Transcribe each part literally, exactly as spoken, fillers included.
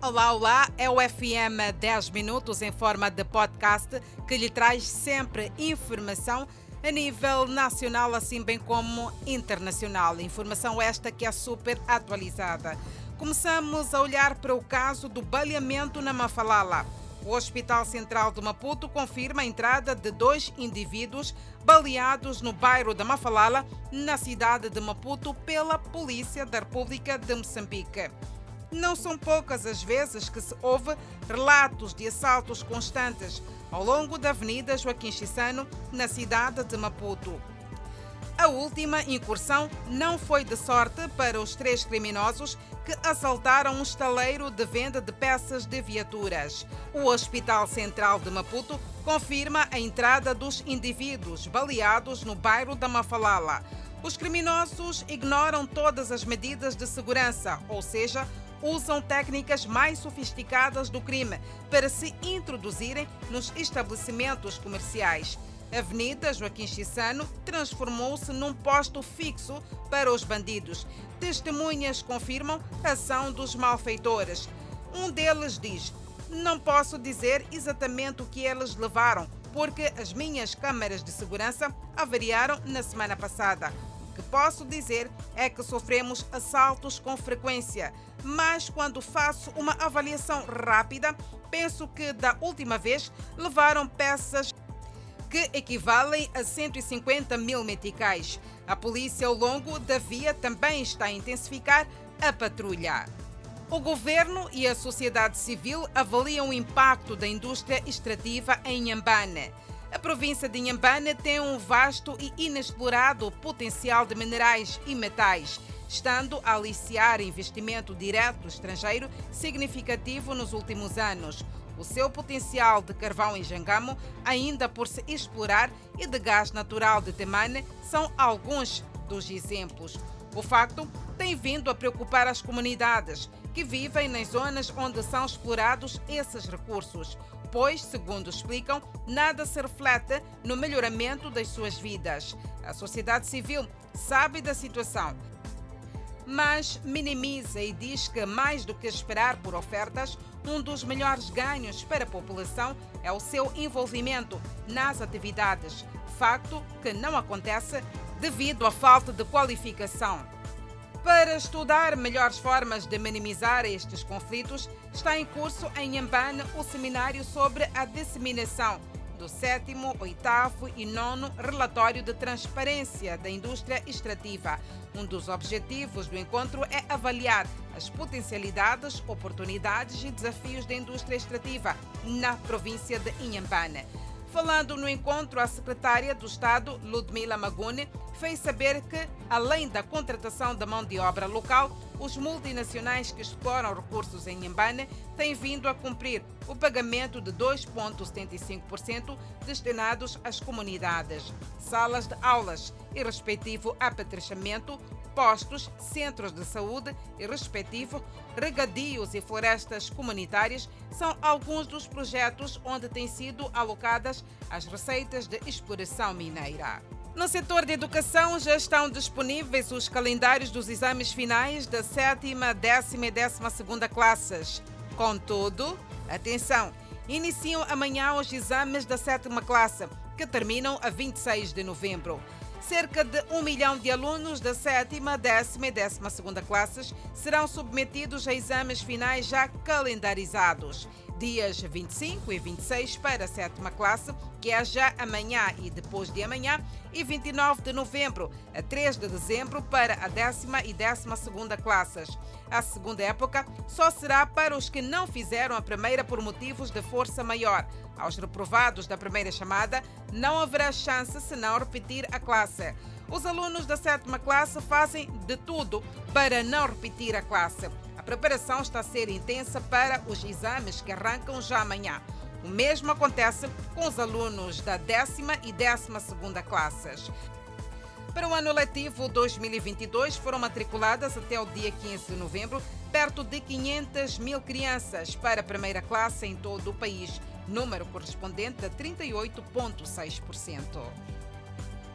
Olá, olá, é o F M dez minutos em forma de podcast que lhe traz sempre informação a nível nacional, assim bem como internacional. Informação esta que é super atualizada. Começamos a olhar para o caso do baleamento na Mafalala. O Hospital Central de Maputo confirma a entrada de dois indivíduos baleados no bairro da Mafalala, na cidade de Maputo, pela Polícia da República de Moçambique. Não são poucas as vezes que se ouve relatos de assaltos constantes ao longo da Avenida Joaquim Chissano, na cidade de Maputo. A última incursão não foi de sorte para os três criminosos que assaltaram um estaleiro de venda de peças de viaturas. O Hospital Central de Maputo confirma a entrada dos indivíduos baleados no bairro da Mafalala. Os criminosos ignoram todas as medidas de segurança, ou seja, usam técnicas mais sofisticadas do crime para se introduzirem nos estabelecimentos comerciais. A Avenida Joaquim Chissano transformou-se num posto fixo para os bandidos. Testemunhas confirmam a ação dos malfeitores. Um deles diz: "Não posso dizer exatamente o que eles levaram, porque as minhas câmaras de segurança avariaram na semana passada. O que posso dizer é que sofremos assaltos com frequência, mas quando faço uma avaliação rápida, penso que da última vez levaram peças que equivalem a cento e cinquenta mil meticais. A polícia ao longo da via também está a intensificar a patrulha." O governo e a sociedade civil avaliam o impacto da indústria extrativa em Inhambane. A província de Inhambane tem um vasto e inexplorado potencial de minerais e metais, estando a aliciar investimento direto estrangeiro significativo nos últimos anos. O seu potencial de carvão em Jangamo, ainda por se explorar, e de gás natural de Temane são alguns dos exemplos. O facto tem vindo a preocupar as comunidades que vivem nas zonas onde são explorados esses recursos, pois, segundo explicam, nada se reflete no melhoramento das suas vidas. A sociedade civil sabe da situação, mas minimiza e diz que, mais do que esperar por ofertas, um dos melhores ganhos para a população é o seu envolvimento nas atividades, facto que não acontece devido à falta de qualificação. Para estudar melhores formas de minimizar estes conflitos, está em curso em Inhambane o seminário sobre a disseminação do sétimo, oitavo e nono Relatório de Transparência da Indústria Extrativa. Um dos objetivos do encontro é avaliar as potencialidades, oportunidades e desafios da indústria extrativa na província de Inhambane. Falando no encontro, a secretária do Estado, Ludmila Magune, fez saber que, além da contratação da mão de obra local, os multinacionais que exploram recursos em Inhambane têm vindo a cumprir o pagamento de dois vírgula setenta e cinco por cento destinados às comunidades, salas de aulas e respectivo apetrechamento, postos, centros de saúde e respectivo regadios e florestas comunitárias são alguns dos projetos onde têm sido alocadas as receitas de exploração mineira. No setor de educação já estão disponíveis os calendários dos exames finais da sétima, décima e décima segunda classes. Contudo, atenção, iniciam amanhã os exames da sétima classe, que terminam a vinte e seis de novembro. Cerca de um milhão de alunos da sétima, décima e décima segunda classes serão submetidos a exames finais já calendarizados. Dias vinte e cinco e vinte e seis para a sétima classe, que é já amanhã e depois de amanhã, e vinte e nove de novembro a três de dezembro para a décima e décima segunda classes. A segunda época só será para os que não fizeram a primeira por motivos de força maior. Aos reprovados da primeira chamada, não haverá chance senão repetir a classe. Os alunos da sétima classe fazem de tudo para não repetir a classe. A preparação está a ser intensa para os exames que arrancam já amanhã. O mesmo acontece com os alunos da décima e décima segunda classes. Para o ano letivo dois mil e vinte e dois, foram matriculadas até o dia quinze de novembro perto de quinhentas mil crianças para a primeira classe em todo o país, número correspondente a trinta e oito vírgula seis por cento.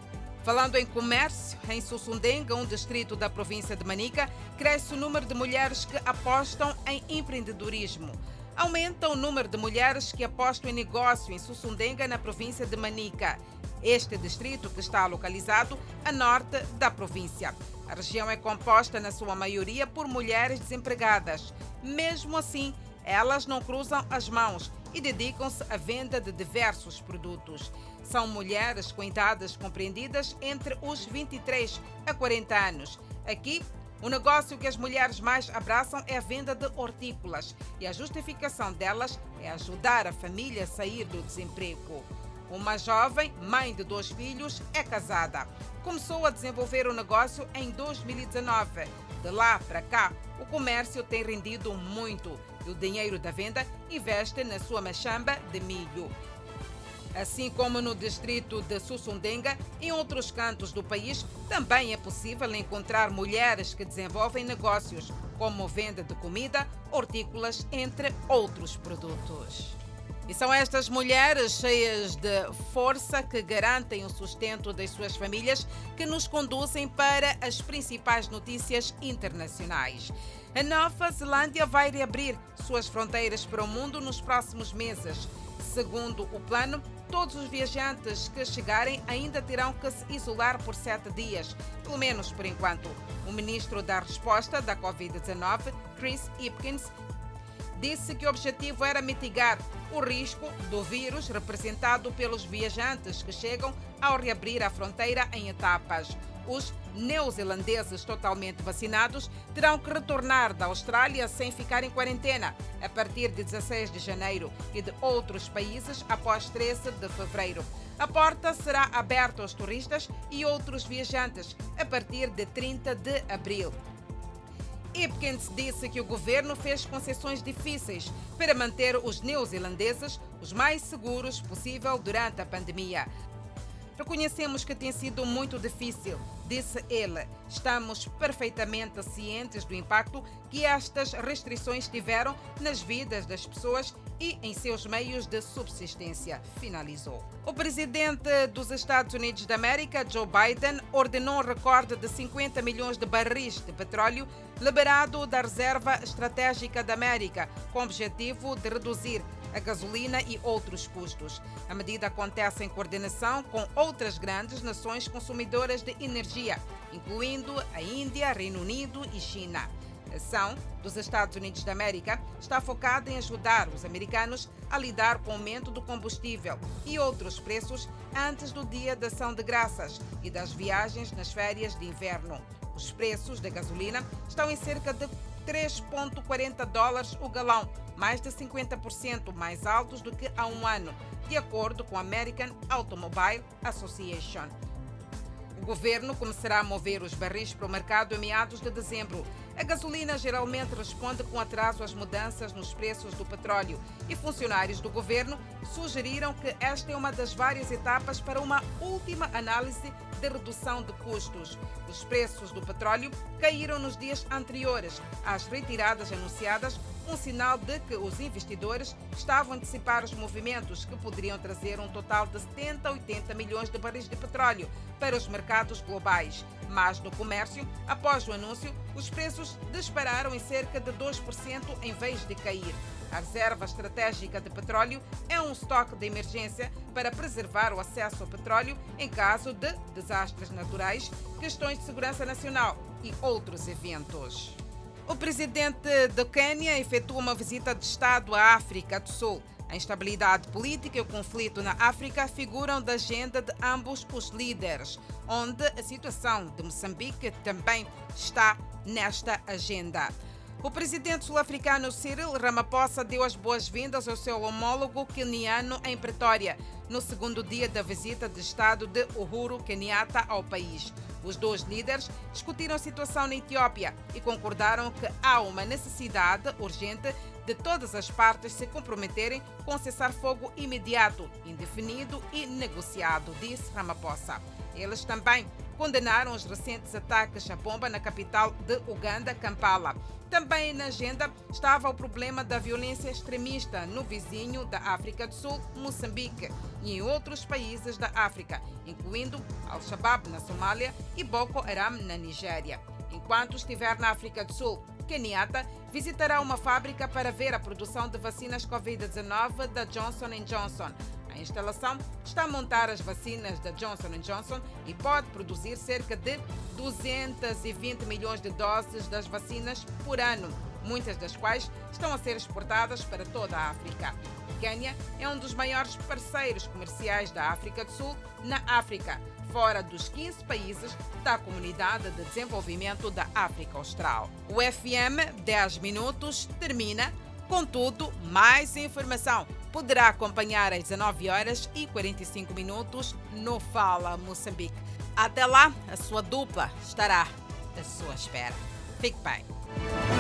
Falando em comércio, em Sussundenga, um distrito da província de Manica, cresce o número de mulheres que apostam em empreendedorismo. Aumenta o número de mulheres que apostam em negócio em Sussundenga, na província de Manica. Este distrito, que está localizado a norte da província. A região é composta, na sua maioria, por mulheres desempregadas. Mesmo assim, elas não cruzam as mãos e dedicam-se à venda de diversos produtos. São mulheres com idades compreendidas entre os vinte e três a quarenta anos. Aqui, o negócio que as mulheres mais abraçam é a venda de hortícolas e a justificação delas é ajudar a família a sair do desemprego. Uma jovem, mãe de dois filhos, é casada. Começou a desenvolver o negócio em dois mil e dezanove. De lá para cá, o comércio tem rendido muito e o dinheiro da venda investe na sua machamba de milho. Assim como no distrito de Sussundenga, em outros cantos do país, também é possível encontrar mulheres que desenvolvem negócios, como venda de comida, hortícolas, entre outros produtos. E são estas mulheres cheias de força que garantem o sustento das suas famílias que nos conduzem para as principais notícias internacionais. A Nova Zelândia vai reabrir suas fronteiras para o mundo nos próximos meses. Segundo o plano, todos os viajantes que chegarem ainda terão que se isolar por sete dias, pelo menos por enquanto. O ministro da Resposta da covid dezanove, Chris Hipkins, disse que o objetivo era mitigar o risco do vírus representado pelos viajantes que chegam ao reabrir a fronteira em etapas. Os neozelandeses totalmente vacinados terão que retornar da Austrália sem ficar em quarentena a partir de dezasseis de janeiro e de outros países após treze de fevereiro. A porta será aberta aos turistas e outros viajantes a partir de trinta de abril. Hipkins disse que o governo fez concessões difíceis para manter os neozelandeses os mais seguros possível durante a pandemia. Reconhecemos que tem sido muito difícil, disse ele. Estamos perfeitamente cientes do impacto que estas restrições tiveram nas vidas das pessoas e em seus meios de subsistência, finalizou. O presidente dos Estados Unidos da América, Joe Biden, ordenou um recorde de cinquenta milhões de barris de petróleo liberado da Reserva Estratégica da América, com o objetivo de reduzir a gasolina e outros custos. A medida acontece em coordenação com outras grandes nações consumidoras de energia, incluindo a Índia, Reino Unido e China. A ação dos Estados Unidos da América está focada em ajudar os americanos a lidar com o aumento do combustível e outros preços antes do Dia da Ação de Graças e das viagens nas férias de inverno. Os preços da gasolina estão em cerca de três vírgula quarenta dólares o galão, mais de cinquenta por cento mais altos do que há um ano, de acordo com a American Automobile Association. O governo começará a mover os barris para o mercado em meados de dezembro. A gasolina geralmente responde com atraso às mudanças nos preços do petróleo e funcionários do governo sugeriram que esta é uma das várias etapas para uma última análise de redução de custos. Os preços do petróleo caíram nos dias anteriores às retiradas anunciadas, um sinal de que os investidores estavam a antecipar os movimentos que poderiam trazer um total de setenta a oitenta milhões de barris de petróleo para os mercados globais. Mas no comércio, após o anúncio, os preços dispararam em cerca de dois por cento em vez de cair. A Reserva Estratégica de Petróleo é um estoque de emergência para preservar o acesso ao petróleo em caso de desastres naturais, questões de segurança nacional e outros eventos. O presidente do Quênia efetua uma visita de Estado à África do Sul. A instabilidade política e o conflito na África figuram da agenda de ambos os líderes, onde a situação de Moçambique também está nesta agenda. O presidente sul-africano Cyril Ramaphosa deu as boas-vindas ao seu homólogo queniano em Pretória, no segundo dia da visita de Estado de Uhuru Kenyatta ao país. Os dois líderes discutiram a situação na Etiópia e concordaram que há uma necessidade urgente de todas as partes se comprometerem com cessar-fogo imediato, indefinido e negociado, disse Ramaphosa. Eles também condenaram os recentes ataques à bomba na capital de Uganda, Kampala. Também na agenda estava o problema da violência extremista no vizinho da África do Sul, Moçambique, e em outros países da África, incluindo Al-Shabaab na Somália e Boko Haram na Nigéria. Enquanto estiver na África do Sul, Kenyatta visitará uma fábrica para ver a produção de vacinas covid dezenove da Johnson and Johnson. A instalação está a montar as vacinas da Johnson and Johnson e pode produzir cerca de duzentos e vinte milhões de doses das vacinas por ano, muitas das quais estão a ser exportadas para toda a África. O Quênia é um dos maiores parceiros comerciais da África do Sul na África, fora dos quinze países da Comunidade de Desenvolvimento da África Austral. O F M dez minutos termina. Contudo, mais informação poderá acompanhar às dezenove horas e quarenta e cinco minutos no Fala Moçambique. Até lá, a sua dupla estará à sua espera. Fique bem.